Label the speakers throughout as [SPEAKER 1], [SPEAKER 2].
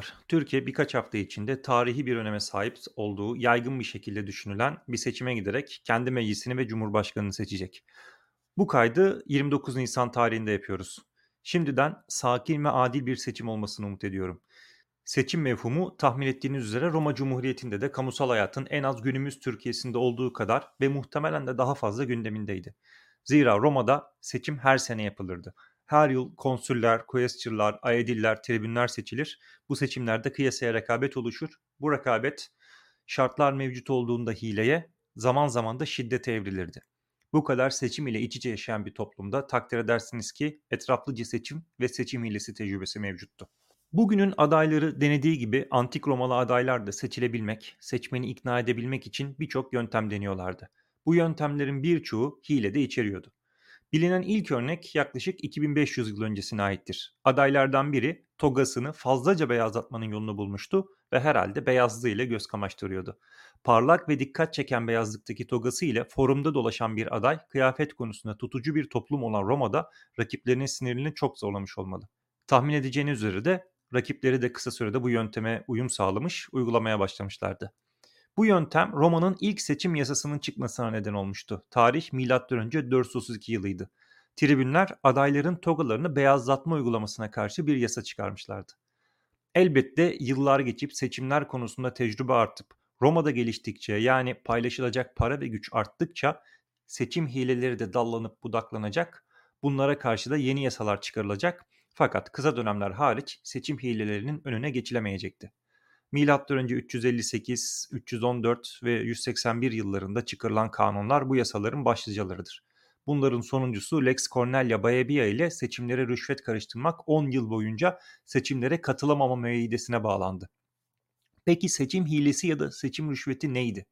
[SPEAKER 1] Merhabalar. Türkiye birkaç hafta içinde tarihi bir öneme sahip olduğu yaygın bir şekilde düşünülen bir seçime giderek kendi meclisini ve cumhurbaşkanını seçecek. Bu kaydı 29 Nisan tarihinde yapıyoruz. Şimdiden sakin ve adil bir seçim olmasını umut ediyorum. Seçim mefhumu tahmin ettiğiniz üzere Roma Cumhuriyeti'nde de kamusal hayatın en az günümüz Türkiye'sinde olduğu kadar ve muhtemelen de daha fazla gündemindeydi. Zira Roma'da seçim her sene yapılırdı. Her yıl konsüller, quaestorlar, aediller, tribünler seçilir. Bu seçimlerde kıyasaya rekabet oluşur. Bu rekabet şartlar mevcut olduğunda hileye, zaman zaman da şiddete evrilirdi. Bu kadar seçim ile iç içe yaşayan bir toplumda takdir edersiniz ki etraflıca seçim ve seçim hilesi tecrübesi mevcuttu. Bugünün adayları denediği gibi antik Romalı adaylar da seçilebilmek, seçmeni ikna edebilmek için birçok yöntem deniyorlardı. Bu yöntemlerin birçoğu hile de içeriyordu. Bilinen ilk örnek yaklaşık 2500 yıl öncesine aittir. Adaylardan biri togasını fazlaca beyazlatmanın yolunu bulmuştu ve herhalde beyazlığı ile göz kamaştırıyordu. Parlak ve dikkat çeken beyazlıktaki togası ile forumda dolaşan bir aday kıyafet konusunda tutucu bir toplum olan Roma'da rakiplerinin sinirini çok zorlamış olmalı. Tahmin edeceğiniz üzere de rakipleri de kısa sürede bu yönteme uyum sağlamış, uygulamaya başlamışlardı. Bu yöntem Roma'nın ilk seçim yasasının çıkmasına neden olmuştu. Tarih M.Ö. 432 yılıydı. Tribünler adayların togalarını beyazlatma uygulamasına karşı bir yasa çıkarmışlardı. Elbette yıllar geçip seçimler konusunda tecrübe artıp Roma'da geliştikçe yani paylaşılacak para ve güç arttıkça seçim hileleri de dallanıp budaklanacak. Bunlara karşı da yeni yasalar çıkarılacak. Fakat kısa dönemler hariç seçim hilelerinin önüne geçilemeyecekti. Milattan önce 358, 314 ve 181 yıllarında çıkarılan kanunlar bu yasaların başlıcalarıdır. Bunların sonuncusu Lex Cornelia Baebia ile seçimlere rüşvet karıştırmak 10 yıl boyunca seçimlere katılamama müeyyidesine bağlandı. Peki seçim hilesi ya da seçim rüşveti neydi?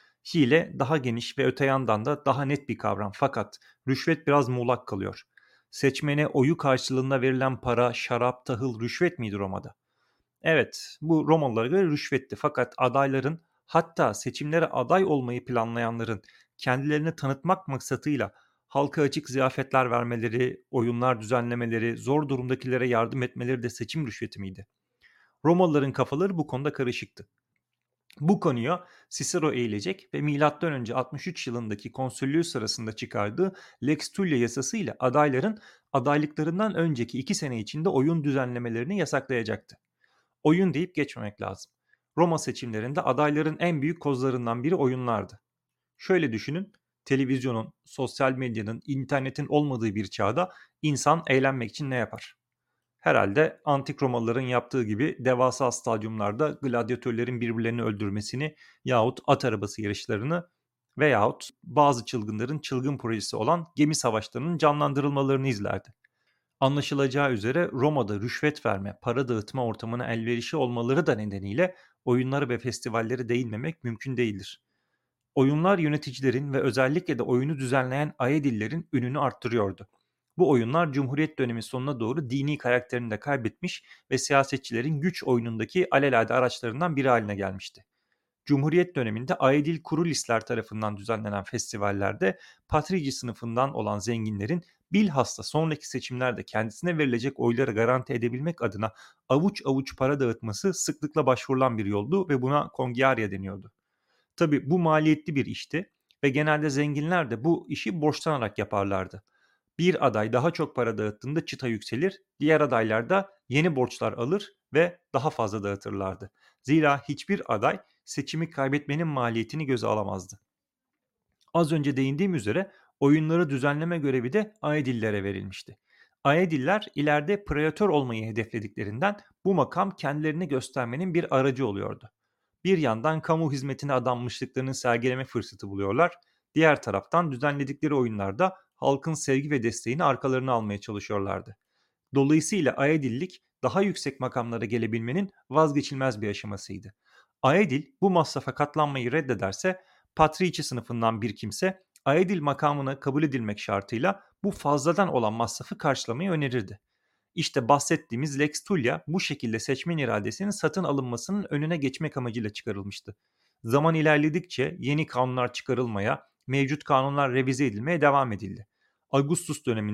[SPEAKER 1] Hile daha geniş ve öte yandan da daha net bir kavram fakat rüşvet biraz muğlak kalıyor. Seçmene oyu karşılığında verilen para, şarap, tahıl rüşvet miydi Roma'da? Evet, bu Romalılara göre rüşvetti fakat adayların hatta seçimlere aday olmayı planlayanların kendilerini tanıtmak maksatıyla halka açık ziyafetler vermeleri, oyunlar düzenlemeleri, zor durumdakilere yardım etmeleri de seçim rüşveti miydi? Romalıların kafaları bu konuda karışıktı. Bu konuya Cicero eğilecek ve M.Ö. 63 yılındaki konsüllüğü sırasında çıkardığı Lex Tullia yasası ile adayların adaylıklarından önceki 2 sene içinde oyun düzenlemelerini yasaklayacaktı. Oyun deyip geçmemek lazım. Roma seçimlerinde adayların en büyük kozlarından biri oyunlardı. Şöyle düşünün, televizyonun, sosyal medyanın, internetin olmadığı bir çağda insan eğlenmek için ne yapar? Herhalde antik Romalıların yaptığı gibi devasa stadyumlarda gladyatörlerin birbirlerini öldürmesini yahut at arabası yarışlarını veyahut bazı çılgınların çılgın projesi olan gemi savaşlarının canlandırılmalarını izlerdi. Anlaşılacağı üzere Roma'da rüşvet verme, para dağıtma ortamına elverişli olmaları da nedeniyle oyunları ve festivalleri değinmemek mümkün değildir. Oyunlar yöneticilerin ve özellikle de oyunu düzenleyen Aedillerin ününü arttırıyordu. Bu oyunlar Cumhuriyet dönemi sonuna doğru dini karakterini de kaybetmiş ve siyasetçilerin güç oyunundaki alelade araçlarından biri haline gelmişti. Cumhuriyet döneminde Aedil Kurulisler tarafından düzenlenen festivallerde patrici sınıfından olan zenginlerin bilhassa sonraki seçimlerde kendisine verilecek oyları garanti edebilmek adına avuç avuç para dağıtması sıklıkla başvurulan bir yoldu ve buna kongiarya deniyordu. Tabii bu maliyetli bir işti ve genelde zenginler de bu işi borçlanarak yaparlardı. Bir aday daha çok para dağıttığında çıta yükselir, diğer adaylar da yeni borçlar alır ve daha fazla dağıtırlardı. Zira hiçbir aday seçimi kaybetmenin maliyetini göze alamazdı. Az önce değindiğim üzere oyunları düzenleme görevi de Aedillere verilmişti. Aediller ileride pretor olmayı hedeflediklerinden bu makam kendilerini göstermenin bir aracı oluyordu. Bir yandan kamu hizmetine adanmışlıklarını sergileme fırsatı buluyorlar, diğer taraftan düzenledikleri oyunlarda halkın sevgi ve desteğini arkalarına almaya çalışıyorlardı. Dolayısıyla Aedillik daha yüksek makamlara gelebilmenin vazgeçilmez bir aşamasıydı. Aedil bu masrafa katlanmayı reddederse Patrici sınıfından bir kimse Aedil makamına kabul edilmek şartıyla bu fazladan olan masrafı karşılamayı önerirdi. İşte bahsettiğimiz Lex Tullia bu şekilde seçmen iradesinin satın alınmasının önüne geçmek amacıyla çıkarılmıştı. Zaman ilerledikçe yeni kanunlar çıkarılmaya, mevcut kanunlar revize edilmeye devam edildi. Augustus döneminde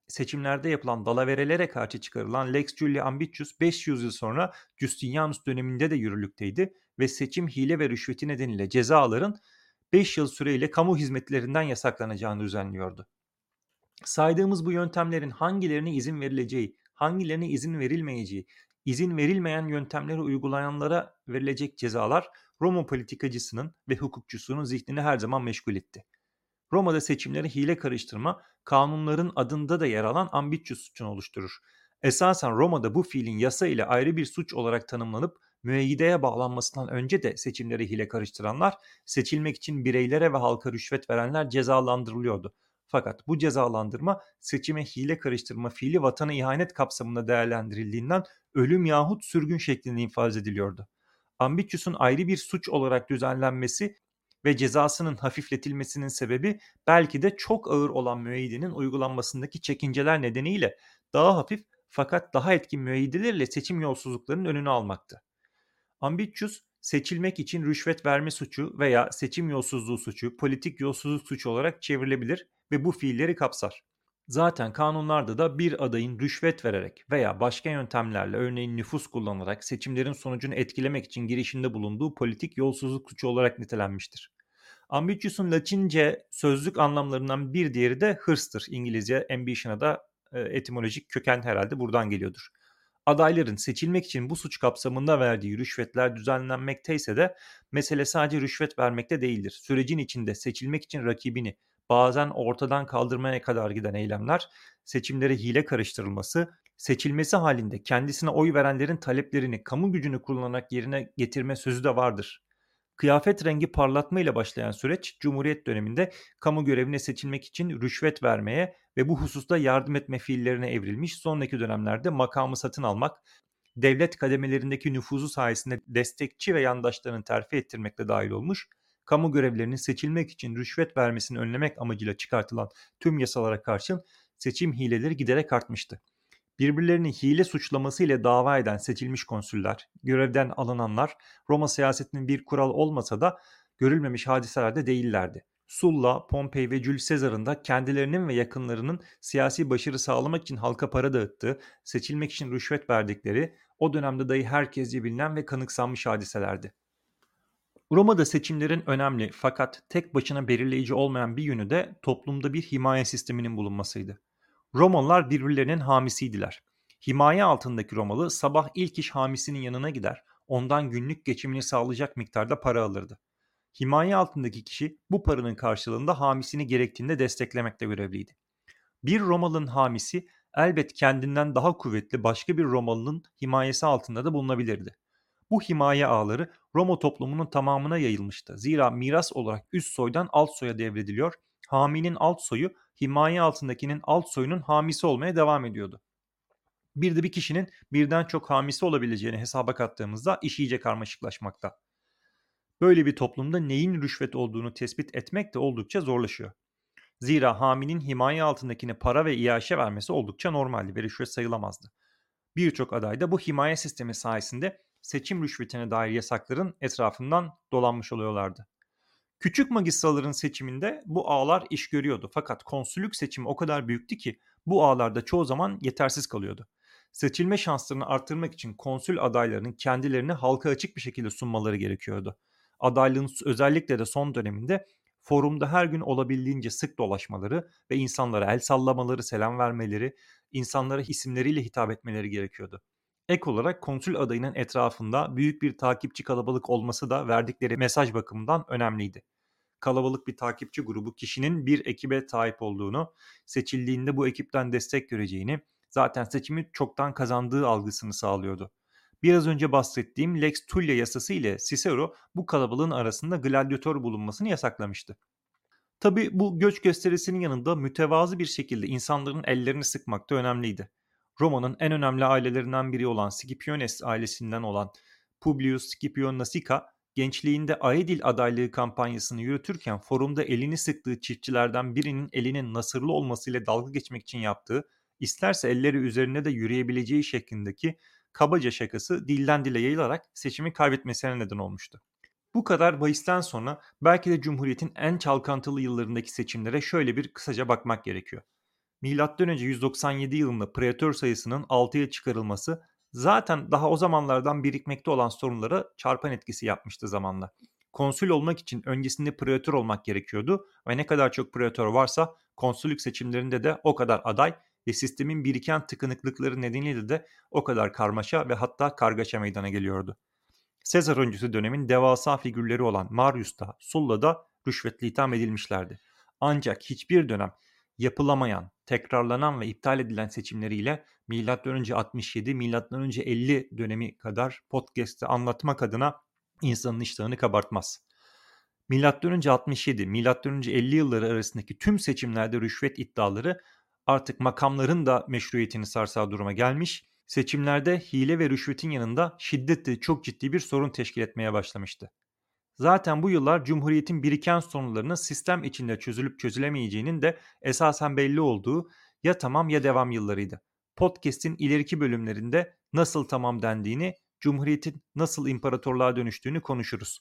[SPEAKER 1] seçimlerde yapılan dalaverelere karşı çıkarılan Lex Julia Ambitius 500 yıl sonra Justinianus döneminde de yürürlükteydi ve seçim hile ve rüşveti nedeniyle cezaların 5 yıl süreyle kamu hizmetlerinden yasaklanacağını düzenliyordu. Saydığımız bu yöntemlerin hangilerine izin verileceği, hangilerine izin verilmeyeceği, izin verilmeyen yöntemleri uygulayanlara verilecek cezalar Roma politikacısının ve hukukçusunun zihnini her zaman meşgul etti. Roma'da seçimleri hile karıştırma, kanunların adında da yer alan ambitious suçunu oluşturur. Esasen Roma'da bu fiilin yasa ile ayrı bir suç olarak tanımlanıp müeyyideye bağlanmasından önce de seçimleri hile karıştıranlar, seçilmek için bireylere ve halka rüşvet verenler cezalandırılıyordu. Fakat bu cezalandırma seçime hile karıştırma fiili vatana ihanet kapsamında değerlendirildiğinden ölüm yahut sürgün şeklinde infaz ediliyordu. Ambitius'un ayrı bir suç olarak düzenlenmesi ve cezasının hafifletilmesinin sebebi belki de çok ağır olan müeyyidenin uygulanmasındaki çekinceler nedeniyle daha hafif fakat daha etkin müeyyidelerle seçim yolsuzluklarının önünü almaktı. Ambitious, seçilmek için rüşvet verme suçu veya seçim yolsuzluğu suçu, politik yolsuzluk suçu olarak çevrilebilir ve bu fiilleri kapsar. Zaten kanunlarda da bir adayın rüşvet vererek veya başka yöntemlerle örneğin nüfus kullanarak seçimlerin sonucunu etkilemek için girişimde bulunduğu politik yolsuzluk suçu olarak nitelenmiştir. Ambitious'un Latince sözlük anlamlarından bir diğeri de hırstır. İngilizce ambition'a da etimolojik köken herhalde buradan geliyordur. Adayların seçilmek için bu suç kapsamında verdiği rüşvetler düzenlenmekteyse de mesele sadece rüşvet vermekte değildir. Sürecin içinde seçilmek için rakibini bazen ortadan kaldırmaya kadar giden eylemler, seçimlere hile karıştırılması, seçilmesi halinde kendisine oy verenlerin taleplerini kamu gücünü kullanarak yerine getirme sözü de vardır. Kıyafet rengi parlatma ile başlayan süreç, Cumhuriyet döneminde kamu görevine seçilmek için rüşvet vermeye ve bu hususta yardım etme fiillerine evrilmiş, sonraki dönemlerde makamı satın almak, devlet kademelerindeki nüfuzu sayesinde destekçi ve yandaşlarını terfi ettirmekle dahil olmuş, kamu görevlerinin seçilmek için rüşvet vermesini önlemek amacıyla çıkartılan tüm yasalara karşın seçim hileleri giderek artmıştı. Birbirlerini hile suçlaması ile dava eden seçilmiş konsüller, görevden alınanlar Roma siyasetinin bir kural olmasa da görülmemiş hadiseler de değillerdi. Sulla, Pompey ve Julius Caesar'ın da kendilerinin ve yakınlarının siyasi başarı sağlamak için halka para dağıttığı, seçilmek için rüşvet verdikleri, o dönemde dahi herkesce bilinen ve kanıksanmış hadiselerdi. Roma'da seçimlerin önemli fakat tek başına belirleyici olmayan bir yönü de toplumda bir himaye sisteminin bulunmasıydı. Romalılar birbirlerinin hamisiydiler. Himaye altındaki Romalı sabah ilk iş hamisinin yanına gider, ondan günlük geçimini sağlayacak miktarda para alırdı. Himaye altındaki kişi bu paranın karşılığında hamisini gerektiğinde desteklemekle görevliydi. Bir Romalı'nın hamisi elbet kendinden daha kuvvetli başka bir Romalı'nın himayesi altında da bulunabilirdi. Bu himaye ağları Roma toplumunun tamamına yayılmıştı. Zira miras olarak üst soydan alt soya devrediliyor, haminin alt soyu himaye altındakinin alt soyunun hamisi olmaya devam ediyordu. Bir de bir kişinin birden çok hamisi olabileceğini hesaba kattığımızda iş iyice karmaşıklaşmakta. Böyle bir toplumda neyin rüşvet olduğunu tespit etmek de oldukça zorlaşıyor. Zira haminin himaye altındakine para ve iaşe vermesi oldukça normaldi ve rüşvet sayılamazdı. Birçok aday da bu himaye sistemi sayesinde seçim rüşvetine dair yasakların etrafından dolanmış oluyorlardı. Küçük magistraların seçiminde bu ağlar iş görüyordu fakat konsüllük seçimi o kadar büyüktü ki bu ağlarda çoğu zaman yetersiz kalıyordu. Seçilme şanslarını artırmak için konsül adaylarının kendilerini halka açık bir şekilde sunmaları gerekiyordu. Adaylığın özellikle de son döneminde forumda her gün olabildiğince sık dolaşmaları ve insanlara el sallamaları, selam vermeleri, insanlara isimleriyle hitap etmeleri gerekiyordu. Ek olarak konsül adayının etrafında büyük bir takipçi kalabalık olması da verdikleri mesaj bakımından önemliydi. Kalabalık bir takipçi grubu kişinin bir ekibe sahip olduğunu, seçildiğinde bu ekipten destek göreceğini, zaten seçimi çoktan kazandığı algısını sağlıyordu. Biraz önce bahsettiğim Lex Tullia yasası ile Cicero bu kalabalığın arasında gladyatör bulunmasını yasaklamıştı. Tabii bu göç gösterisinin yanında mütevazı bir şekilde insanların ellerini sıkmak da önemliydi. Roma'nın en önemli ailelerinden biri olan Scipiones ailesinden olan Publius Scipio Nasica, gençliğinde Aedil adaylığı kampanyasını yürütürken forumda elini sıktığı çiftçilerden birinin elinin nasırlı olmasıyla dalga geçmek için yaptığı, isterse elleri üzerine de yürüyebileceği şeklindeki kabaca şakası dilden dile yayılarak seçimi kaybetmesine neden olmuştu. Bu kadar bahisten sonra belki de Cumhuriyet'in en çalkantılı yıllarındaki seçimlere şöyle bir kısaca bakmak gerekiyor. önce 197 yılında pretor sayısının 6'ya çıkarılması zaten daha o zamanlardan birikmekte olan sorunlara çarpan etkisi yapmıştı zamanla. Konsül olmak için öncesinde pretor olmak gerekiyordu ve ne kadar çok pretor varsa konsüllük seçimlerinde de o kadar aday ve sistemin biriken tıkanıklıkları nedeniyle de o kadar karmaşa ve hatta kargaşa meydana geliyordu. Sezar öncesi dönemin devasa figürleri olan Marius da Sulla da rüşvetle itham edilmişlerdi. Ancak hiçbir dönem yapılamayan, tekrarlanan ve iptal edilen seçimleriyle M.Ö. 67, M.Ö. 50 dönemi kadar podcast'te anlatmak adına insanın iştahını kabartmaz. M.Ö. 67, M.Ö. 50 yılları arasındaki tüm seçimlerde rüşvet iddiaları artık makamların da meşruiyetini sarsağı duruma gelmiş, seçimlerde hile ve rüşvetin yanında şiddet çok ciddi bir sorun teşkil etmeye başlamıştı. Zaten bu yıllar Cumhuriyet'in biriken sorunlarının sistem içinde çözülüp çözülemeyeceğinin de esasen belli olduğu ya tamam ya devam yıllarıydı. Podcast'in ileriki bölümlerinde nasıl tamam dendiğini, Cumhuriyet'in nasıl imparatorluğa dönüştüğünü konuşuruz.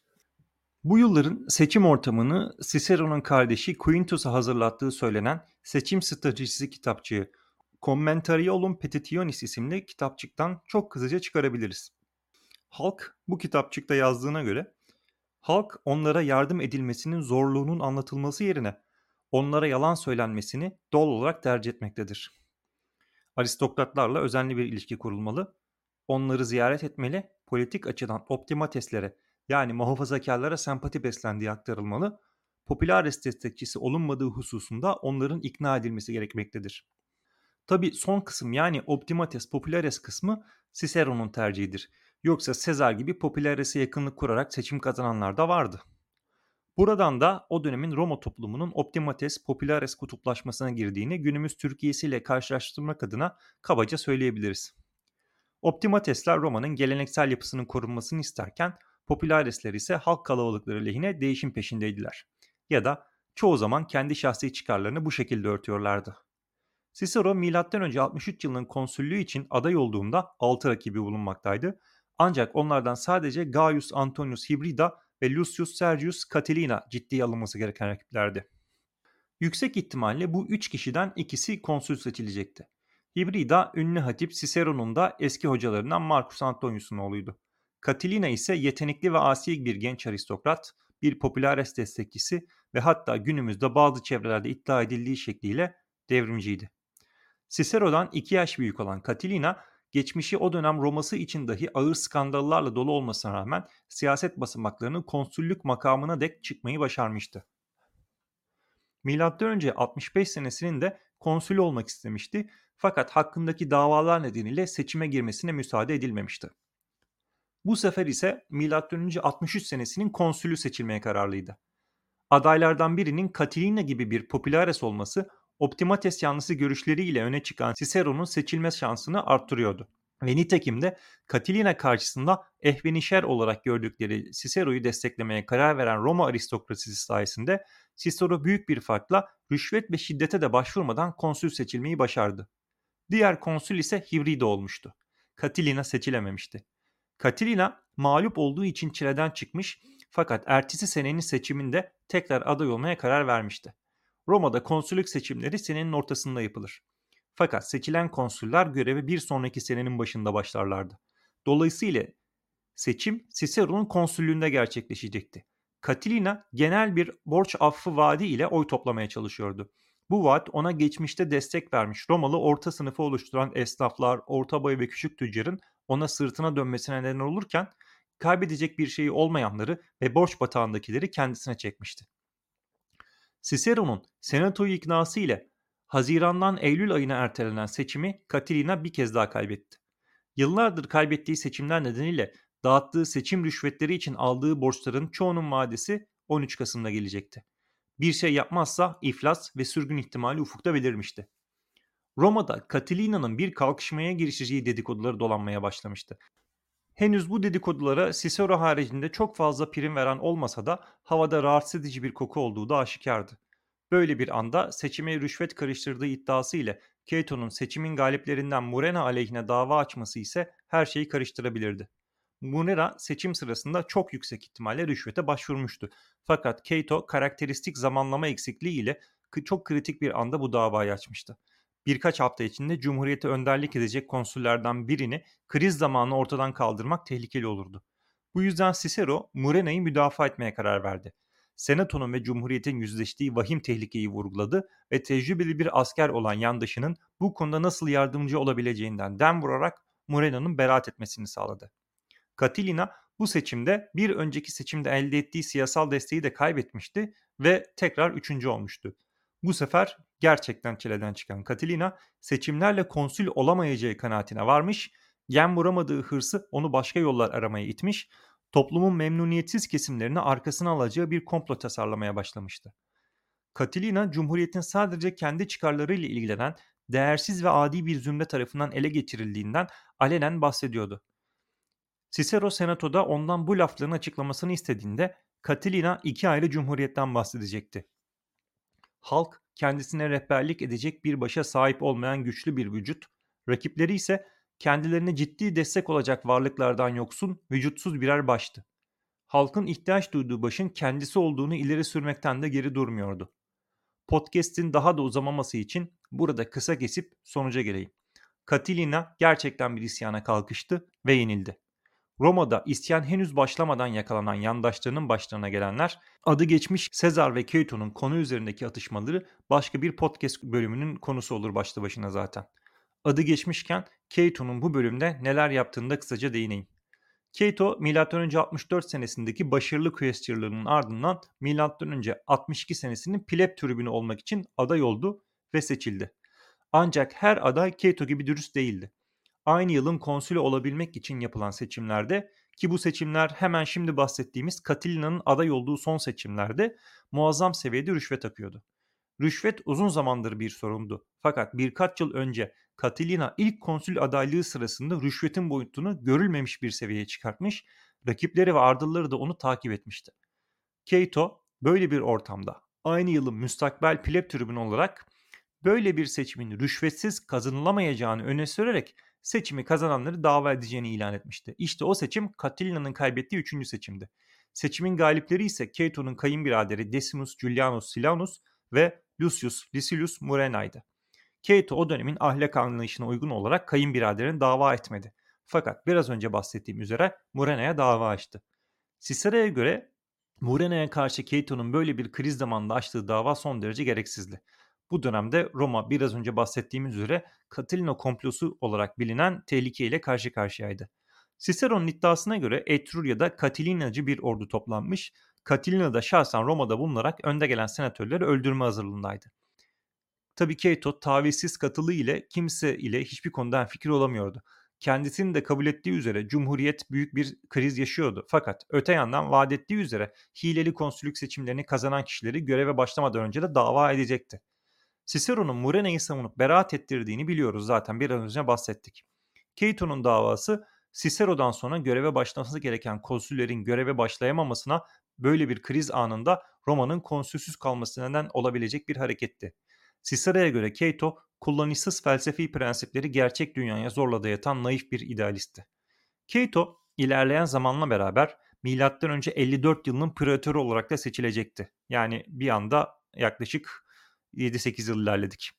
[SPEAKER 1] Bu yılların seçim ortamını Cicero'nun kardeşi Quintus'a hazırlattığı söylenen seçim stratejisi kitapçığı Commentariolum Petitionis isimli kitapçıktan çok kısaca çıkarabiliriz. Halk bu kitapçıkta yazdığına göre halk onlara yardım edilmesinin zorluğunun anlatılması yerine onlara yalan söylenmesini doğal olarak tercih etmektedir. Aristokratlarla özenli bir ilişki kurulmalı, onları ziyaret etmeli, politik açıdan optimateslere yani muhafazakarlara sempati beslendiği aktarılmalı, popülares destekçisi olunmadığı hususunda onların ikna edilmesi gerekmektedir. Tabi son kısım yani optimates populares kısmı Cicero'nun tercihidir. Yoksa Sezar gibi popülares'e yakınlık kurarak seçim kazananlar da vardı. Buradan da o dönemin Roma toplumunun optimates populares kutuplaşmasına girdiğini günümüz Türkiye'siyle karşılaştırmak adına kabaca söyleyebiliriz. Optimatesler Roma'nın geleneksel yapısının korunmasını isterken popülaresler ise halk kalabalıkları lehine değişim peşindeydiler. Ya da çoğu zaman kendi şahsi çıkarlarını bu şekilde örtüyorlardı. Cicero M.Ö. 63 yılının konsüllüğü için aday olduğunda 6 rakibi bulunmaktaydı. Ancak onlardan sadece Gaius Antonius Hibrida ve Lucius Sergius Catilina ciddiye alınması gereken rakiplerdi. Yüksek ihtimalle bu 3 kişiden ikisi konsül seçilecekti. Hibrida ünlü hatip Cicero'nun da eski hocalarından Marcus Antonius'un oğluydu. Catilina ise yetenekli ve asi bir genç aristokrat, bir popülares destekçisi ve hatta günümüzde bazı çevrelerde iddia edildiği şekliyle devrimciydi. Cicero'dan 2 yaş büyük olan Catilina, geçmişi o dönem Roma'sı için dahi ağır skandallarla dolu olmasına rağmen siyaset basamaklarının konsüllük makamına dek çıkmayı başarmıştı. M.Ö. 65 senesinin de konsül olmak istemişti fakat hakkındaki davalar nedeniyle seçime girmesine müsaade edilmemişti. Bu sefer ise M.Ö. 63 senesinin konsülü seçilmeye kararlıydı. Adaylardan birinin Catilina gibi bir popülares olması optimates yanlısı görüşleriyle öne çıkan Cicero'nun seçilme şansını arttırıyordu. Ve nitekim de Catilina karşısında ehvenişer olarak gördükleri Cicero'yu desteklemeye karar veren Roma aristokrasisi sayesinde Cicero büyük bir farkla rüşvet ve şiddete de başvurmadan konsül seçilmeyi başardı. Diğer konsül ise Hivrida olmuştu. Catilina seçilememişti. Catilina mağlup olduğu için çileden çıkmış fakat ertesi senenin seçiminde tekrar aday olmaya karar vermişti. Roma'da konsüllük seçimleri senenin ortasında yapılır. Fakat seçilen konsüller göreve bir sonraki senenin başında başlarlardı. Dolayısıyla seçim Cicero'nun konsüllüğünde gerçekleşecekti. Catilina genel bir borç affı vaadi ile oy toplamaya çalışıyordu. Bu vaat ona geçmişte destek vermiş Romalı orta sınıfı oluşturan esnaflar, orta boy ve küçük tüccarın ona sırtına dönmesine neden olurken kaybedecek bir şeyi olmayanları ve borç batağındakileri kendisine çekmişti. Cicero'nun senatoyu iknası ile Haziran'dan Eylül ayına ertelenen seçimi Catilina bir kez daha kaybetti. Yıllardır kaybettiği seçimler nedeniyle dağıttığı seçim rüşvetleri için aldığı borçların çoğunun vadesi 13 Kasım'da gelecekti. Bir şey yapmazsa iflas ve sürgün ihtimali ufukta belirmişti. Roma'da Catilina'nın bir kalkışmaya girişeceği dedikoduları dolanmaya başlamıştı. Henüz bu dedikodulara Cicero haricinde çok fazla prim veren olmasa da havada rahatsız edici bir koku olduğu da aşikardı. Böyle bir anda seçime rüşvet karıştırdığı iddiası ile Cato'nun seçimin galiplerinden Murena aleyhine dava açması ise her şeyi karıştırabilirdi. Murena seçim sırasında çok yüksek ihtimalle rüşvete başvurmuştu. Fakat Cato karakteristik zamanlama eksikliği ile çok kritik bir anda bu davayı açmıştı. Birkaç hafta içinde Cumhuriyete önderlik edecek konsüllerden birini kriz zamanı ortadan kaldırmak tehlikeli olurdu. Bu yüzden Cicero, Murena'yı müdafaa etmeye karar verdi. Senato'nun ve Cumhuriyet'in yüzleştiği vahim tehlikeyi vurguladı ve tecrübeli bir asker olan yandaşının bu konuda nasıl yardımcı olabileceğinden dem vurarak Murena'nın beraat etmesini sağladı. Catilina bu seçimde bir önceki seçimde elde ettiği siyasal desteği de kaybetmişti ve tekrar üçüncü olmuştu. Bu sefer gerçekten çileden çıkan Catilina seçimlerle konsül olamayacağı kanaatine varmış, gen vuramadığı hırsı onu başka yollar aramaya itmiş, toplumun memnuniyetsiz kesimlerini arkasına alacağı bir komplo tasarlamaya başlamıştı. Catilina, Cumhuriyet'in sadece kendi çıkarlarıyla ilgilenen değersiz ve adi bir zümre tarafından ele geçirildiğinden alenen bahsediyordu. Cicero Senato'da ondan bu lafların açıklamasını istediğinde Catilina iki ayrı cumhuriyetten bahsedecekti. Halk kendisine rehberlik edecek bir başa sahip olmayan güçlü bir vücut, rakipleri ise kendilerine ciddi destek olacak varlıklardan yoksun, vücutsuz birer baştı. Halkın ihtiyaç duyduğu başın kendisi olduğunu ileri sürmekten de geri durmuyordu. Podcast'in daha da uzamaması için burada kısa kesip sonuca geleyim. Catilina gerçekten bir isyana kalkıştı ve yenildi. Roma'da isyan henüz başlamadan yakalanan yandaşlarının başlarına gelenler, adı geçmiş Sezar ve Caeto'nun konu üzerindeki atışmaları başka bir podcast bölümünün konusu olur başlı başına zaten. Adı geçmişken Caeto'nun bu bölümde neler yaptığını da kısaca değineyim. Caeto M.Ö. 64 senesindeki başarılı quaestorluğunun ardından M.Ö. 62 senesinin pleb tribünü olmak için aday oldu ve seçildi. Ancak her aday Caeto gibi dürüst değildi. Aynı yılın konsülü olabilmek için yapılan seçimlerde, ki bu seçimler hemen şimdi bahsettiğimiz Catilina'nın aday olduğu son seçimlerde, muazzam seviyede rüşvet akıyordu. Rüşvet uzun zamandır bir sorundu. Fakat birkaç yıl önce Catilina ilk konsül adaylığı sırasında rüşvetin boyutunu görülmemiş bir seviyeye çıkartmış, rakipleri ve ardılları da onu takip etmişti. Cato böyle bir ortamda aynı yılın müstakbel pleb tribünü olarak böyle bir seçimin rüşvetsiz kazanılamayacağını öne sürerek seçimi kazananları dava edeceğini ilan etmişti. İşte o seçim Catilina'nın kaybettiği 3. seçimdi. Seçimin galipleri ise Cato'nun kayınbiraderi Decimus Julianus Silanus ve Lucius Licinius Murena'ydı. Cato o dönemin ahlak anlayışına uygun olarak kayınbiraderini dava etmedi. Fakat biraz önce bahsettiğim üzere Murena'ya dava açtı. Cicero'ya göre Murena'ya karşı Cato'nun böyle bir kriz zamanında açtığı dava son derece gereksizdi. Bu dönemde Roma biraz önce bahsettiğimiz üzere Catilina komplosu olarak bilinen tehlikeyle karşı karşıyaydı. Cicero'nun iddiasına göre Etrurya'da Catilinacı bir ordu toplanmış, Catilina da şahsen Roma'da bulunarak önde gelen senatörleri öldürme hazırlığındaydı. Tabii Cato tavizsiz katılığı ile kimse ile hiçbir konuda fikir olamıyordu. Kendisinin de kabul ettiği üzere Cumhuriyet büyük bir kriz yaşıyordu. Fakat öte yandan vaat ettiği üzere hileli konsüllük seçimlerini kazanan kişileri göreve başlamadan önce de dava edecekti. Cicero'nun Murena'yı savunup beraat ettirdiğini biliyoruz, zaten biraz önce bahsettik. Cato'nun davası Cicero'dan sonra göreve başlaması gereken konsüllerin göreve başlayamamasına, böyle bir kriz anında Roma'nın konsülsüz kalması neden olabilecek bir hareketti. Cicero'ya göre Cato, kullanışsız felsefi prensipleri gerçek dünyaya zorla dayatan naif bir idealistti. Cato, ilerleyen zamanla beraber M.Ö. 54 yılının praetörü olarak da seçilecekti. Yani bir anda yaklaşık 7-8 yıl ilerledik.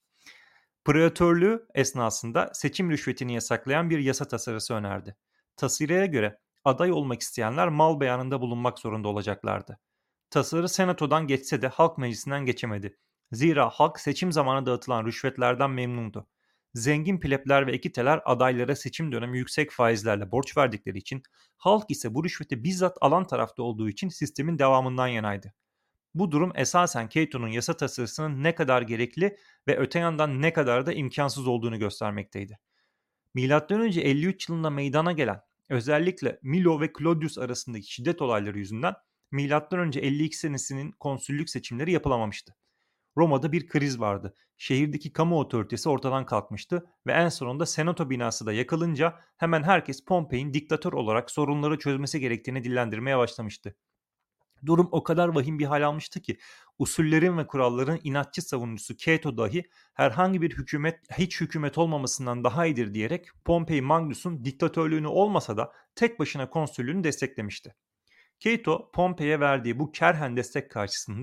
[SPEAKER 1] Praetörlüğü esnasında seçim rüşvetini yasaklayan bir yasa tasarısı önerdi. Tasarıya göre aday olmak isteyenler mal beyanında bulunmak zorunda olacaklardı. Tasarı senatodan geçse de halk meclisinden geçemedi. Zira halk seçim zamanı dağıtılan rüşvetlerden memnundu. Zengin plebler ve ekiteler adaylara seçim dönemi yüksek faizlerle borç verdikleri için, halk ise bu rüşveti bizzat alan tarafta olduğu için sistemin devamından yanaydı. Bu durum esasen Cato'nun yasa tasarısının ne kadar gerekli ve öte yandan ne kadar da imkansız olduğunu göstermekteydi. Milattan önce 53 yılında meydana gelen, özellikle Milo ve Claudius arasındaki şiddet olayları yüzünden milattan önce 52 senesinin konsüllük seçimleri yapılamamıştı. Roma'da bir kriz vardı. Şehirdeki kamu otoritesi ortadan kalkmıştı ve en sonunda senato binası da yakılınca hemen herkes Pompei'nin diktatör olarak sorunları çözmesi gerektiğini dillendirmeye başlamıştı. Durum o kadar vahim bir hal almıştı ki usullerin ve kuralların inatçı savunucusu Cato dahi herhangi bir hükümet hiç hükümet olmamasından daha iyidir diyerek Pompei Magnus'un diktatörlüğünü olmasa da tek başına konsüllüğünü desteklemişti. Cato, Pompei'ye verdiği bu kerhen destek karşısında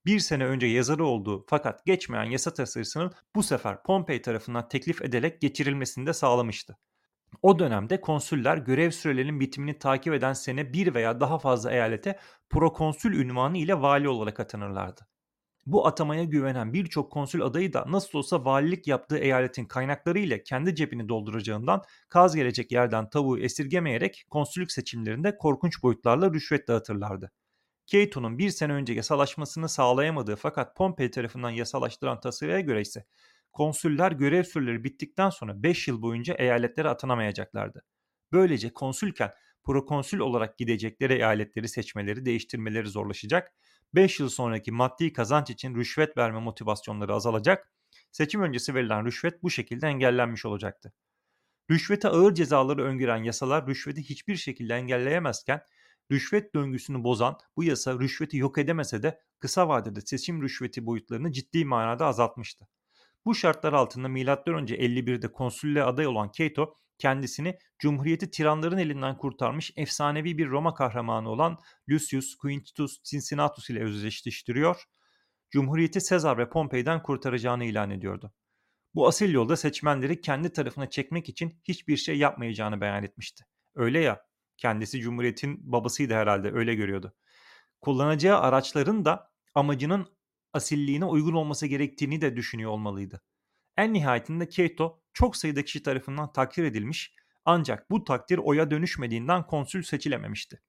[SPEAKER 1] bir sene önce yazarı olduğu fakat geçmeyen yasa tasarısının bu sefer Pompey tarafından teklif edilerek geçirilmesini de sağlamıştı. O dönemde konsüller görev sürelerinin bitimini takip eden sene bir veya daha fazla eyalete prokonsül unvanı ile vali olarak atanırlardı. Bu atamaya güvenen birçok konsül adayı da nasıl olsa valilik yaptığı eyaletin kaynakları ile kendi cebini dolduracağından kaz gelecek yerden tavuğu esirgemeyerek konsüllük seçimlerinde korkunç boyutlarla rüşvet dağıtırlardı. Cato'nun bir sene önce yasalaşmasını sağlayamadığı fakat Pompey tarafından yasalaştıran tasarıya göre ise konsüller görev süreleri bittikten sonra 5 yıl boyunca eyaletlere atanamayacaklardı. Böylece konsülken prokonsül olarak gidecekleri eyaletleri seçmeleri, değiştirmeleri zorlaşacak, 5 yıl sonraki maddi kazanç için rüşvet verme motivasyonları azalacak, seçim öncesi verilen rüşvet bu şekilde engellenmiş olacaktı. Rüşvete ağır cezaları öngören yasalar rüşveti hiçbir şekilde engelleyemezken rüşvet döngüsünü bozan bu yasa rüşveti yok edemese de kısa vadede seçim rüşveti boyutlarını ciddi manada azaltmıştı. Bu şartlar altında M.Ö. 51'de konsülle aday olan Cato kendisini Cumhuriyeti tiranların elinden kurtarmış efsanevi bir Roma kahramanı olan Lucius Quintus Cincinnatus ile özdeşleştiriyor, Cumhuriyeti Sezar ve Pompey'den kurtaracağını ilan ediyordu. Bu asil yolda seçmenleri kendi tarafına çekmek için hiçbir şey yapmayacağını beyan etmişti. Öyle ya, kendisi Cumhuriyet'in babasıydı herhalde, öyle görüyordu. Kullanacağı araçların da amacının asilliğine uygun olması gerektiğini de düşünüyor olmalıydı. En nihayetinde Cato çok sayıda kişi tarafından takdir edilmiş ancak bu takdir oya dönüşmediğinden konsül seçilememişti.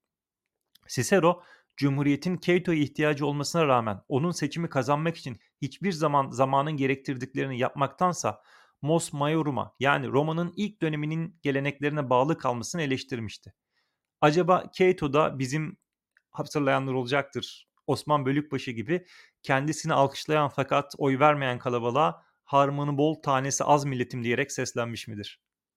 [SPEAKER 1] Cicero, Cumhuriyet'in Cato'ya ihtiyacı olmasına rağmen onun seçimi kazanmak için hiçbir zaman zamanın gerektirdiklerini yapmaktansa Mos Maiorum'a yani Roma'nın ilk döneminin geleneklerine bağlı kalmasını eleştirmişti. Acaba Cato da bizim hatırlayanlar olacaktır. Osman Bölükbaşı gibi kendisini alkışlayan fakat oy vermeyen kalabalığa harmanı bol tanesi az milletim diyerek seslenmiş midir?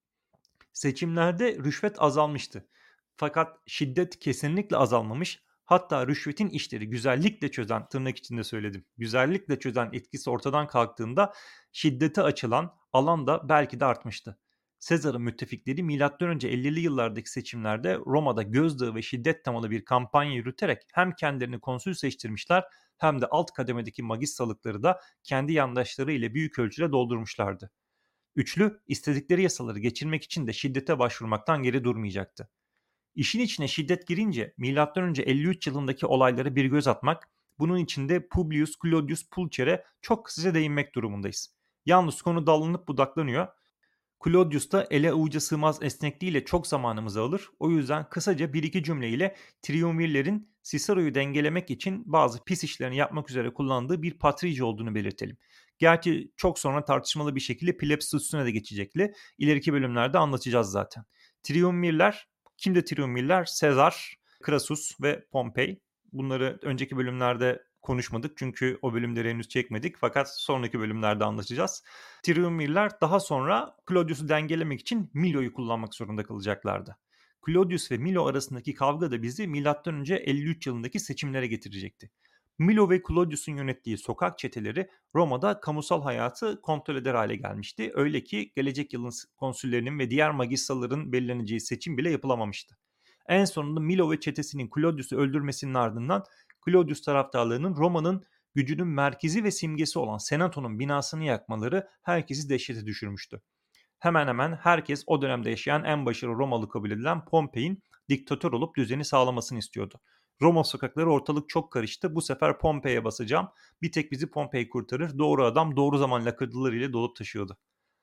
[SPEAKER 1] Seçimlerde rüşvet azalmıştı. Fakat şiddet kesinlikle azalmamış. Hatta rüşvetin işleri güzellikle çözen, tırnak içinde söyledim, güzellikle çözen etkisi ortadan kalktığında şiddete açılan alan da belki de artmıştı. Sezar'ın müttefikleri M.Ö. 50'li yıllardaki seçimlerde Roma'da gözdağı ve şiddet temalı bir kampanya yürüterek hem kendilerini konsül seçtirmişler hem de alt kademedeki magistralıkları da kendi yandaşları ile büyük ölçüde doldurmuşlardı. Üçlü istedikleri yasaları geçirmek için de şiddete başvurmaktan geri durmayacaktı. İşin içine şiddet girince M.Ö. 53 yılındaki olaylara bir göz atmak, bunun içinde Publius Clodius Pulcher'e çok kısaca değinmek durumundayız. Yalnız konu dallanıp budaklanıyor. Claudius da ele avuca sığmaz esnekliğiyle çok zamanımızı alır. O yüzden kısaca bir iki cümleyle triumvirlerin Cicero'yu dengelemek için bazı pis işlerini yapmak üzere kullandığı bir patrici olduğunu belirtelim. Gerçi çok sonra tartışmalı bir şekilde plebs statüsüne de geçecekli. İleriki bölümlerde anlatacağız zaten. Triumvirler, kimdi triumvirler? Sezar, Crassus ve Pompey. Bunları önceki bölümlerde konuşmadık çünkü o bölümleri henüz çekmedik fakat sonraki bölümlerde anlatacağız. Triumvirler daha sonra Claudius'u dengelemek için Milo'yu kullanmak zorunda kalacaklardı. Claudius ve Milo arasındaki kavga da bizi M.Ö. 53 yılındaki seçimlere getirecekti. Milo ve Claudius'un yönettiği sokak çeteleri Roma'da kamusal hayatı kontrol eder hale gelmişti. Öyle ki gelecek yılın konsüllerinin ve diğer magistraların belirleneceği seçim bile yapılamamıştı. En sonunda Milo ve çetesinin Claudius'u öldürmesinin ardından Claudius taraftarlarının Roma'nın gücünün merkezi ve simgesi olan Senato'nun binasını yakmaları herkesi dehşete düşürmüştü. Hemen hemen herkes o dönemde yaşayan en başarılı Romalı kabul edilen Pompey'in diktatör olup düzeni sağlamasını istiyordu. Roma sokakları ortalık çok karıştı. Bu sefer Pompey'e basacağım. Bir tek bizi Pompey kurtarır. Doğru adam doğru zaman lakırdılarıyla dolup taşıyordu.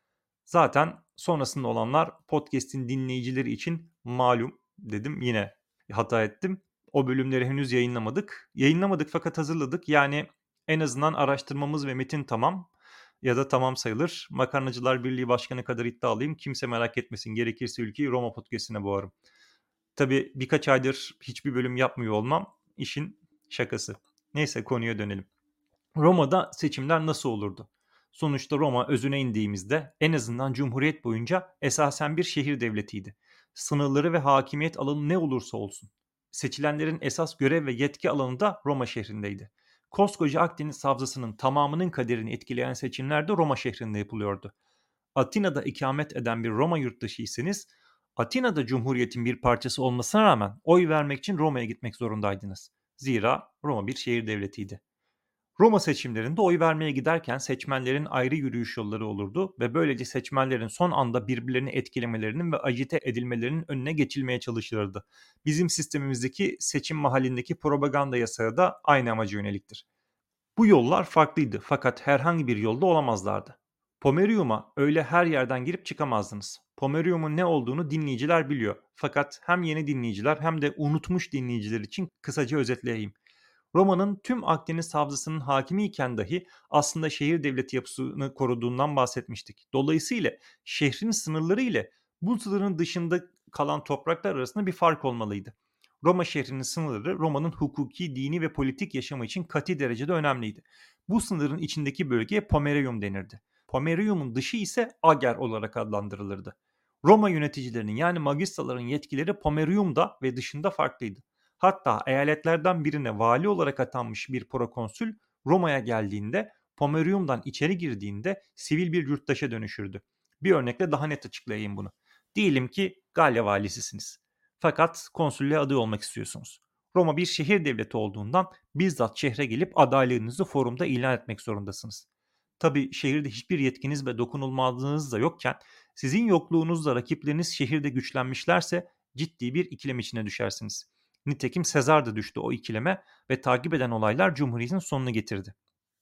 [SPEAKER 1] Zaten sonrasında olanlar podcast'in dinleyicileri için malum dedim, yine hata ettim. O bölümleri henüz yayınlamadık. Yayınlamadık fakat hazırladık. Yani en azından araştırmamız ve metin tamam ya da tamam sayılır. Makarnacılar Birliği Başkanı kadar iddialıyım. Kimse merak etmesin. Gerekirse ülkeyi Roma podcast'ine boğarım. Tabii birkaç aydır hiçbir bölüm yapmıyor olmam işin şakası. Neyse, konuya dönelim. Roma'da seçimler nasıl olurdu? Sonuçta Roma özüne indiğimizde en azından Cumhuriyet boyunca esasen bir şehir devletiydi. Sınırları ve hakimiyet alanı ne olursa olsun. Seçilenlerin esas görev ve yetki alanı da Roma şehrindeydi. Koskoca Akdeniz Havzası'nın tamamının kaderini etkileyen seçimler de Roma şehrinde yapılıyordu. Atina'da ikamet eden bir Roma yurttaşıysanız, Atina'da Cumhuriyet'in bir parçası olmasına rağmen oy vermek için Roma'ya gitmek zorundaydınız. Zira Roma bir şehir devletiydi. Roma seçimlerinde oy vermeye giderken seçmenlerin ayrı yürüyüş yolları olurdu ve böylece seçmenlerin son anda birbirlerini etkilemelerinin ve agite edilmelerinin önüne geçilmeye çalışılırdı. Bizim sistemimizdeki seçim mahallindeki propaganda yasağı da aynı amaca yöneliktir. Bu yollar farklıydı fakat herhangi bir yolda olamazlardı. Pomerium'a öyle her yerden girip çıkamazdınız. Pomerium'un ne olduğunu dinleyiciler biliyor. Fakat hem yeni dinleyiciler hem de unutmuş dinleyiciler için kısaca özetleyeyim. Roma'nın tüm Akdeniz havzasının hakimiyken dahi aslında şehir devleti yapısını koruduğundan bahsetmiştik. Dolayısıyla şehrin sınırları ile bu sınırın dışında kalan topraklar arasında bir fark olmalıydı. Roma şehrinin sınırları Roma'nın hukuki, dini ve politik yaşamı için kati derecede önemliydi. Bu sınırın içindeki bölgeye Pomerium denirdi. Pomerium'un dışı ise Ager olarak adlandırılırdı. Roma yöneticilerinin yani magistraların yetkileri Pomerium'da ve dışında farklıydı. Hatta eyaletlerden birine vali olarak atanmış bir prokonsül Roma'ya geldiğinde Pomerium'dan içeri girdiğinde sivil bir yurttaşa dönüşürdü. Bir örnekle daha net açıklayayım bunu. Diyelim ki Galya valisisiniz. Fakat konsüllüğe aday olmak istiyorsunuz. Roma bir şehir devleti olduğundan bizzat şehre gelip adaylığınızı forumda ilan etmek zorundasınız. Tabi şehirde hiçbir yetkiniz ve dokunulmazlığınız da yokken sizin yokluğunuzda rakipleriniz şehirde güçlenmişlerse ciddi bir ikilem içine düşersiniz. Nitekim Sezar da düştü o ikileme ve takip eden olaylar Cumhuriyet'in sonunu getirdi.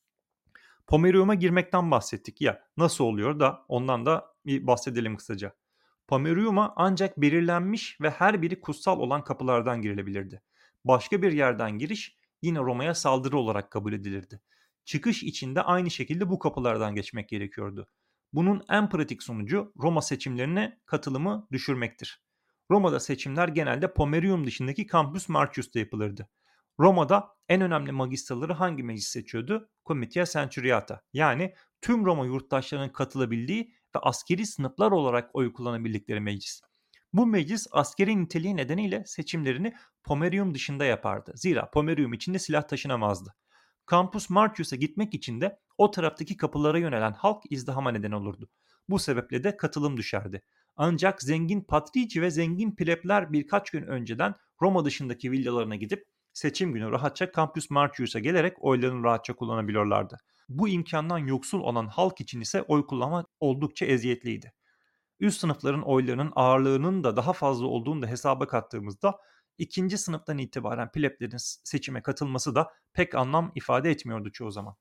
[SPEAKER 1] Pomerium'a girmekten bahsettik ya. Nasıl oluyor da ondan da bir bahsedelim kısaca. Pomerium'a ancak belirlenmiş ve her biri kutsal olan kapılardan girilebilirdi. Başka bir yerden giriş yine Roma'ya saldırı olarak kabul edilirdi. Çıkış için de aynı şekilde bu kapılardan geçmek gerekiyordu. Bunun en pratik sonucu Roma seçimlerine katılımı düşürmektir. Roma'da seçimler genelde Pomerium dışındaki Campus Martius'ta yapılırdı. Roma'da en önemli magistraları hangi meclis seçiyordu? Comitia Centuriata, yani tüm Roma yurttaşlarının katılabildiği ve askeri sınıflar olarak oy kullanabildikleri meclis. Bu meclis askeri niteliği nedeniyle seçimlerini Pomerium dışında yapardı. Zira Pomerium içinde silah taşınamazdı. Campus Martius'a gitmek için de o taraftaki kapılara yönelen halk izdihama neden olurdu. Bu sebeple de katılım düşerdi. Ancak zengin patrici ve zengin plebler birkaç gün önceden Roma dışındaki villalarına gidip seçim günü rahatça Campus Martius'a gelerek oylarını rahatça kullanabiliyorlardı. Bu imkandan yoksul olan halk için ise oy kullanmak oldukça eziyetliydi. Üst sınıfların oylarının ağırlığının da daha fazla olduğunu da hesaba kattığımızda ikinci sınıftan itibaren pleblerin seçime katılması da pek anlam ifade etmiyordu çoğu zaman.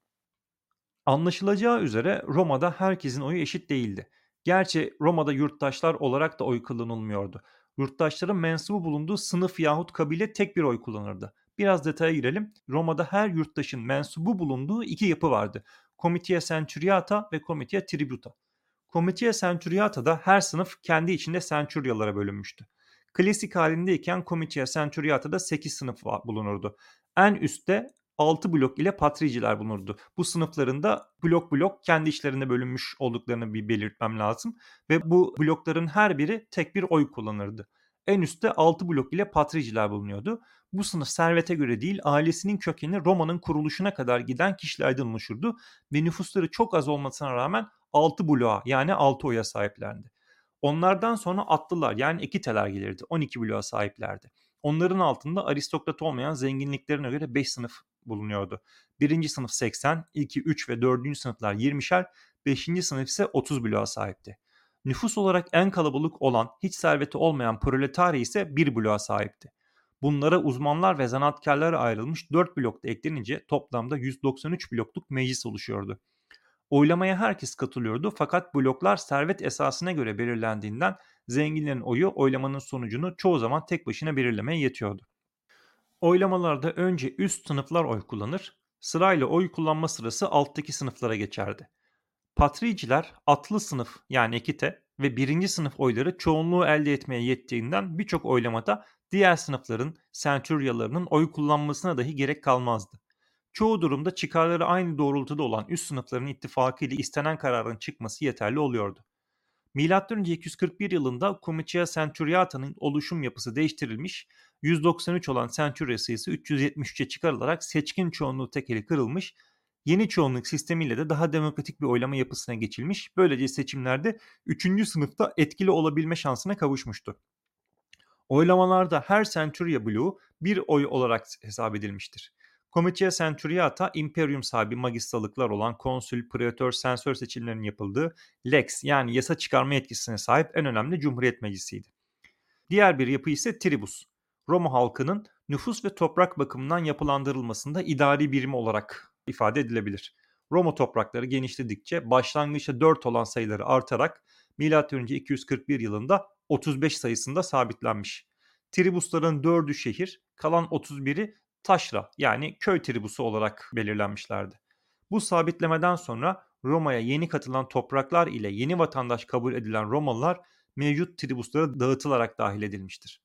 [SPEAKER 1] Anlaşılacağı üzere Roma'da herkesin oyu eşit değildi. Gerçi Roma'da yurttaşlar olarak da oy kullanılmıyordu. Yurttaşların mensubu bulunduğu sınıf yahut kabile tek bir oy kullanırdı. Biraz detaya girelim. Roma'da her yurttaşın mensubu bulunduğu iki yapı vardı. Comitia Centuriata ve Comitia Tributa. Comitia Centuriata'da her sınıf kendi içinde centuryalara bölünmüştü. Klasik halindeyken Comitia Centuriata'da 8 sınıf bulunurdu. En üstte 6 blok ile patriciler bulunurdu. Bu sınıfların da blok blok kendi işlerine bölünmüş olduklarını bir belirtmem lazım. Ve bu blokların her biri tek bir oy kullanırdı. En üstte 6 blok ile patriciler bulunuyordu. Bu sınıf servete göre değil, ailesinin kökeni Roma'nın kuruluşuna kadar giden kişilerden oluşurdu ve nüfusları çok az olmasına rağmen 6 bloğa, yani 6 oya sahiplerdi. Onlardan sonra atlılar, yani ekiteler gelirdi. 12 bloğa sahiplerdi. Onların altında aristokrat olmayan zenginliklerine göre 5 sınıf bulunuyordu. Birinci sınıf 80, 2, 3 ve 4. sınıflar 20'şer, 5. sınıf ise 30 bloğa sahipti. Nüfus olarak en kalabalık olan, hiç serveti olmayan proletari ise 1 bloğa sahipti. Bunlara uzmanlar ve zanaatkarlar ayrılmış 4 blok da eklenince toplamda 193 blokluk meclis oluşuyordu. Oylamaya herkes katılıyordu fakat bloklar servet esasına göre belirlendiğinden zenginlerin oyu oylamanın sonucunu çoğu zaman tek başına belirlemeye yetiyordu. Oylamalarda önce üst sınıflar oy kullanır, sırayla oy kullanma sırası alttaki sınıflara geçerdi. Patriciler atlı sınıf, yani ekite ve birinci sınıf oyları çoğunluğu elde etmeye yettiğinden birçok oylamada diğer sınıfların, centuryalarının oy kullanmasına dahi gerek kalmazdı. Çoğu durumda çıkarları aynı doğrultuda olan üst sınıfların ittifakı ile istenen kararın çıkması yeterli oluyordu. M.Ö. 241 yılında Comitia Centuriata'nın oluşum yapısı değiştirilmiş, 193 olan centurya sayısı 373'e çıkarılarak seçkin çoğunluğu tekeli kırılmış, yeni çoğunluk sistemiyle de daha demokratik bir oylama yapısına geçilmiş, böylece seçimlerde 3. sınıfta etkili olabilme şansına kavuşmuştu. Oylamalarda her centurya bloğu bir oy olarak hesap edilmiştir. Comitia Centuriata, imperium sahibi magistralıklar olan konsül, praetor, sensör seçimlerinin yapıldığı lex yani yasa çıkarma yetkisine sahip en önemli cumhuriyet meclisiydi. Diğer bir yapı ise tribus. Roma halkının nüfus ve toprak bakımından yapılandırılmasında idari birimi olarak ifade edilebilir. Roma toprakları genişledikçe başlangıçta 4 olan sayıları artarak M.Ö. 241 yılında 35 sayısında sabitlenmiş. Tribusların 4'ü şehir, kalan 31'i taşra yani köy tribusu olarak belirlenmişlerdi. Bu sabitlemeden sonra Roma'ya yeni katılan topraklar ile yeni vatandaş kabul edilen Romalılar mevcut tribuslara dağıtılarak dahil edilmiştir.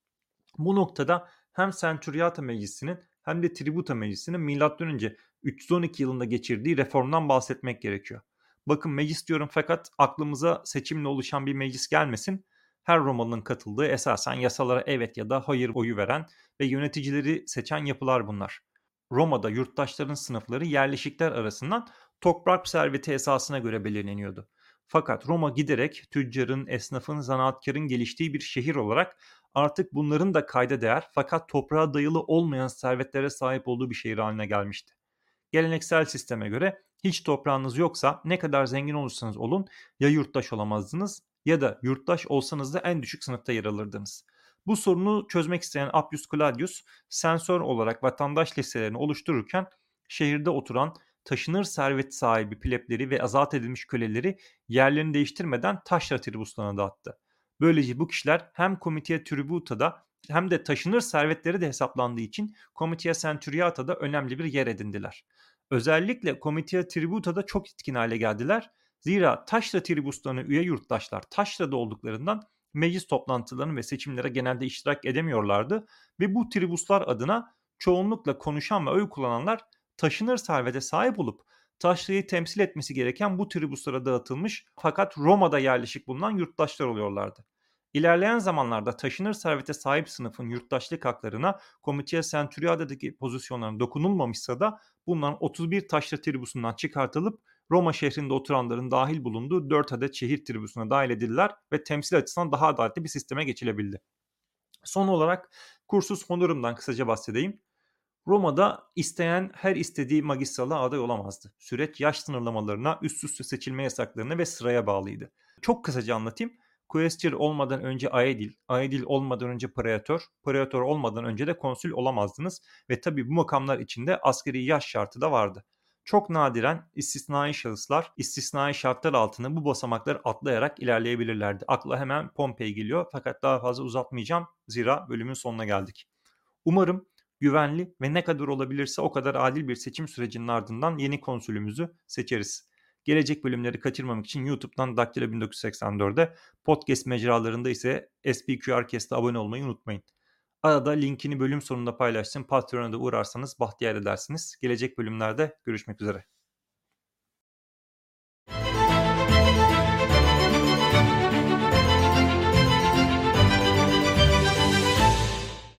[SPEAKER 1] Bu noktada hem Centuriata Meclisi'nin hem de Tributa Meclisi'nin M.Ö. 312 yılında geçirdiği reformdan bahsetmek gerekiyor. Bakın meclis diyorum fakat aklımıza seçimle oluşan bir meclis gelmesin. Her Romalı'nın katıldığı esasen yasalara evet ya da hayır oyu veren ve yöneticileri seçen yapılar bunlar. Roma'da yurttaşların sınıfları yerleşikler arasından toprak serveti esasına göre belirleniyordu. Fakat Roma giderek tüccarın, esnafın, zanaatkarın geliştiği bir şehir olarak artık bunların da kayda değer fakat toprağa dayalı olmayan servetlere sahip olduğu bir şehir haline gelmişti. Geleneksel sisteme göre hiç toprağınız yoksa ne kadar zengin olursanız olun ya yurttaş olamazdınız ya da yurttaş olsanız da en düşük sınıfta yer alırdınız. Bu sorunu çözmek isteyen Appius Claudius sensör olarak vatandaş listelerini oluştururken şehirde oturan taşınır servet sahibi plebleri ve azat edilmiş köleleri yerlerini değiştirmeden taşra tribuslarına dağıttı. Böylece bu kişiler hem Comitia Tributa'da hem de taşınır servetleri de hesaplandığı için Comitia Centuriata'da önemli bir yer edindiler. Özellikle Comitia Tributa'da çok etkin hale geldiler. Zira taşra tribuslarına üye yurttaşlar taşrada olduklarından meclis toplantılarına ve seçimlere genelde iştirak edemiyorlardı ve bu tribuslar adına çoğunlukla konuşan ve oy kullananlar taşınır servete sahip olup taşrayı temsil etmesi gereken bu tribuslara dağıtılmış fakat Roma'da yerleşik bulunan yurttaşlar oluyorlardı. İlerleyen zamanlarda taşınır servete sahip sınıfın yurttaşlık haklarına Comitia Centuriata'daki pozisyonlarına dokunulmamışsa da bunların 31 taşra tribusundan çıkartılıp Roma şehrinde oturanların dahil bulunduğu 4 adet şehir tribusuna dahil edildiler ve temsil açısından daha adaletli bir sisteme geçilebildi. Son olarak cursus honorum'dan kısaca bahsedeyim. Roma'da isteyen her istediği magistralığa aday olamazdı. Süreç yaş sınırlamalarına, üst üste seçilme yasaklarına ve sıraya bağlıydı. Çok kısaca anlatayım. Quaestor olmadan önce aedil, aedil olmadan önce praetor, praetor olmadan önce de konsül olamazdınız ve tabi bu makamlar içinde asgari yaş şartı da vardı. Çok nadiren istisnai şahıslar istisnai şartlar altında bu basamakları atlayarak ilerleyebilirlerdi. Akla hemen Pompei geliyor fakat daha fazla uzatmayacağım zira bölümün sonuna geldik. Umarım güvenli ve ne kadar olabilirse o kadar adil bir seçim sürecinin ardından yeni konsülümüzü seçeriz. Gelecek bölümleri kaçırmamak için YouTube'dan Daktilo 1984'e, podcast mecralarında ise SPQRcast'a abone olmayı unutmayın. Arada linkini bölüm sonunda paylaştım. Patreon'a da uğrarsanız bahtiyar edersiniz. Gelecek bölümlerde görüşmek üzere.